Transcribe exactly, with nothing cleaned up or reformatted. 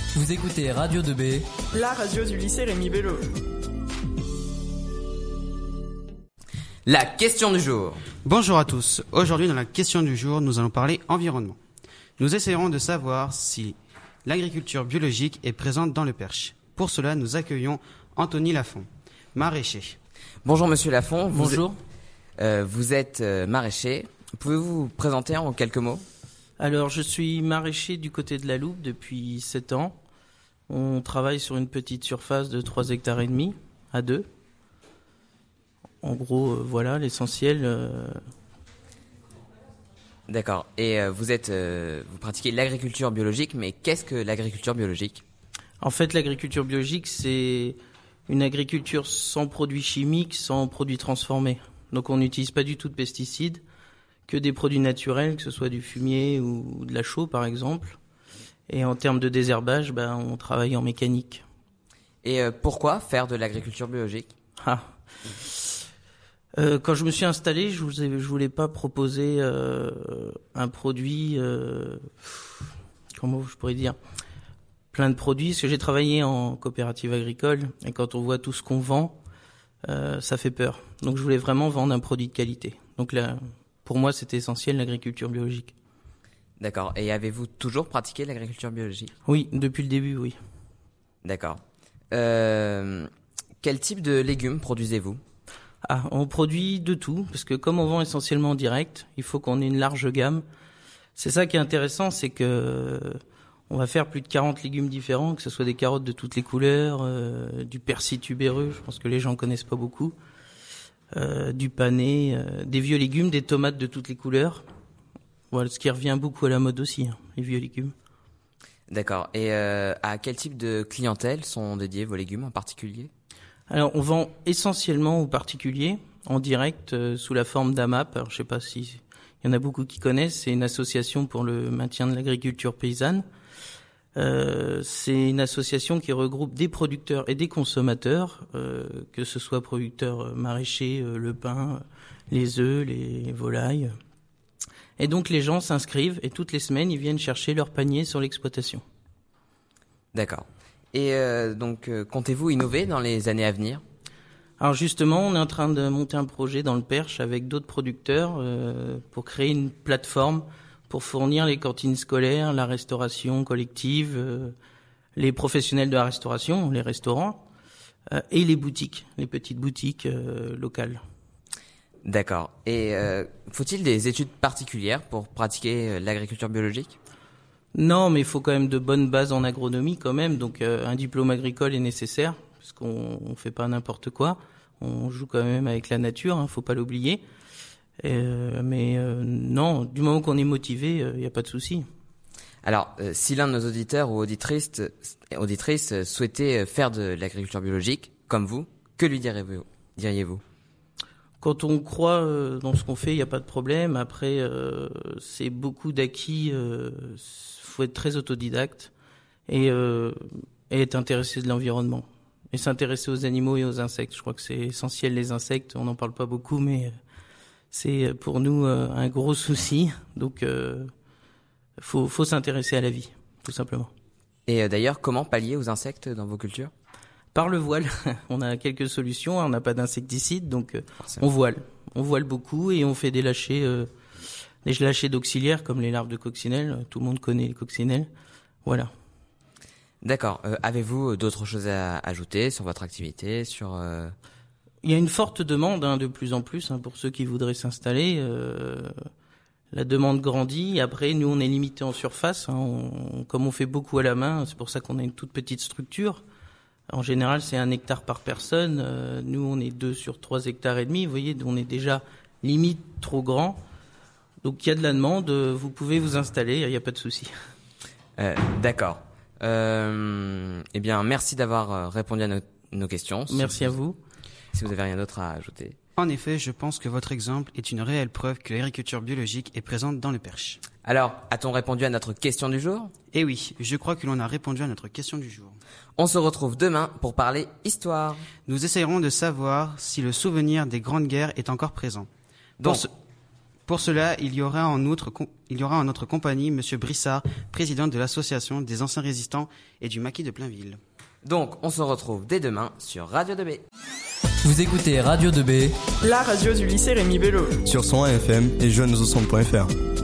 Vous écoutez Radio deux B, la radio du lycée Rémi Bello. La question du jour. Bonjour à tous. Aujourd'hui, dans la question du jour, nous allons parler environnement. Nous essaierons de savoir si l'agriculture biologique est présente dans le Perche. Pour cela, nous accueillons Anthony Lafont, maraîcher. Bonjour Monsieur Lafont. Vous Bonjour. êtes, euh, vous êtes euh, maraîcher. Pouvez-vous vous présenter en quelques mots ? Alors, je suis maraîcher du côté de la Loupe depuis sept ans. On travaille sur une petite surface de trois hectares et demi à deux. En gros, euh, voilà l'essentiel. Euh... D'accord. Et euh, vous êtes, euh, vous pratiquez l'agriculture biologique, mais qu'est-ce que l'agriculture biologique ? En fait, l'agriculture biologique, c'est une agriculture sans produits chimiques, sans produits transformés. Donc, on n'utilise pas du tout de pesticides, que des produits naturels, que ce soit du fumier ou de la chaux, par exemple. Et en termes de désherbage, ben, on travaille en mécanique. Et euh, pourquoi faire de l'agriculture biologique ? Ah. Euh, quand je me suis installé, je vous ai, je voulais pas proposer euh, un produit, euh, comment je pourrais dire, plein de produits, parce que j'ai travaillé en coopérative agricole, et quand on voit tout ce qu'on vend, euh, ça fait peur. Donc je voulais vraiment vendre un produit de qualité. Donc là, pour moi, c'était essentiel, l'agriculture biologique. D'accord. Et avez-vous toujours pratiqué l'agriculture biologique ? Oui, depuis le début, oui. D'accord. Euh, quel type de légumes produisez-vous ? Ah, on produit de tout, parce que comme on vend essentiellement en direct, il faut qu'on ait une large gamme. C'est ça qui est intéressant, c'est que on va faire plus de quarante légumes différents, que ce soit des carottes de toutes les couleurs, euh, du persil tubéreux, je pense que les gens connaissent pas beaucoup, euh, du panais, euh, des vieux légumes, des tomates de toutes les couleurs. Voilà, ce qui revient beaucoup à la mode aussi, hein, les vieux légumes. D'accord. Et euh, à quel type de clientèle sont dédiés vos légumes en particulier ? Alors, on vend essentiellement aux particuliers, en direct, euh, sous la forme d'A M A P. Alors, je sais pas si il y en a beaucoup qui connaissent. C'est une association pour le maintien de l'agriculture paysanne. Euh, c'est une association qui regroupe des producteurs et des consommateurs, euh, que ce soit producteurs maraîchers, euh, le pain, les œufs, les volailles. Et donc, les gens s'inscrivent et toutes les semaines, ils viennent chercher leur panier sur l'exploitation. D'accord. Et euh, donc, euh, comptez-vous innover dans les années à venir ? Alors justement, on est en train de monter un projet dans le Perche avec d'autres producteurs euh, pour créer une plateforme pour fournir les cantines scolaires, la restauration collective, euh, les professionnels de la restauration, les restaurants, euh, et les boutiques, les petites boutiques euh, locales. D'accord. Et euh, faut-il des études particulières pour pratiquer euh, l'agriculture biologique ? Non, mais il faut quand même de bonnes bases en agronomie quand même. Donc euh, un diplôme agricole est nécessaire parce qu'on on fait pas n'importe quoi. On joue quand même avec la nature, hein, faut pas l'oublier. Euh, mais euh, non, du moment qu'on est motivé, il euh, n'y a pas de souci. Alors, euh, si l'un de nos auditeurs ou auditrices, auditrices souhaitait faire de l'agriculture biologique, comme vous, que lui diriez-vous, diriez-vous ? Quand on croit euh, dans ce qu'on fait, il n'y a pas de problème. Après, euh, c'est beaucoup d'acquis. Il euh, faut être très autodidacte et, euh, et être intéressé de l'environnement. Et s'intéresser aux animaux et aux insectes. Je crois que c'est essentiel, les insectes. On n'en parle pas beaucoup, mais c'est pour nous euh, un gros souci. Donc, il euh, faut, faut s'intéresser à la vie, tout simplement. Et euh, d'ailleurs, comment pallier aux insectes dans vos cultures ? Par le voile, on a quelques solutions, on n'a pas d'insecticide, donc euh, on voile. On voile beaucoup et on fait des lâchers, euh, des lâchers d'auxiliaires comme les larves de coccinelle. Tout le monde connaît les coccinelles. Voilà. D'accord. Euh, avez-vous d'autres choses à ajouter sur votre activité, sur euh... Il y a une forte demande, hein, de plus en plus, hein, pour ceux qui voudraient s'installer. Euh, la demande grandit. Après, nous, on est limité en surface. Hein, on, comme on fait beaucoup à la main, c'est pour ça qu'on a une toute petite structure. En général, c'est un hectare par personne. Euh, nous, on est deux sur trois hectares et demi. Vous voyez, on est déjà limite trop grand. Donc, il y a de la demande. Vous pouvez vous installer. Il n'y a pas de souci. Euh, d'accord. Euh, eh bien, merci d'avoir répondu à nos, nos questions. Merci si à vous, vous. Si vous avez rien d'autre à ajouter. En effet, je pense que votre exemple est une réelle preuve que l'agriculture biologique est présente dans le Perche. Alors, a-t-on répondu à notre question du jour ? Eh oui, je crois que l'on a répondu à notre question du jour. On se retrouve demain pour parler histoire. Nous essayerons de savoir si le souvenir des grandes guerres est encore présent. Donc, pour, ce, Pour cela, il y aura en outre, il y aura en notre compagnie Monsieur Brissard, président de l'association des anciens résistants et du maquis de Plainville. Donc, on se retrouve dès demain sur Radio deux B. Vous écoutez Radio deux B, la radio du lycée Rémi Bello. Sur cent un F M et jeunes au centre point F R.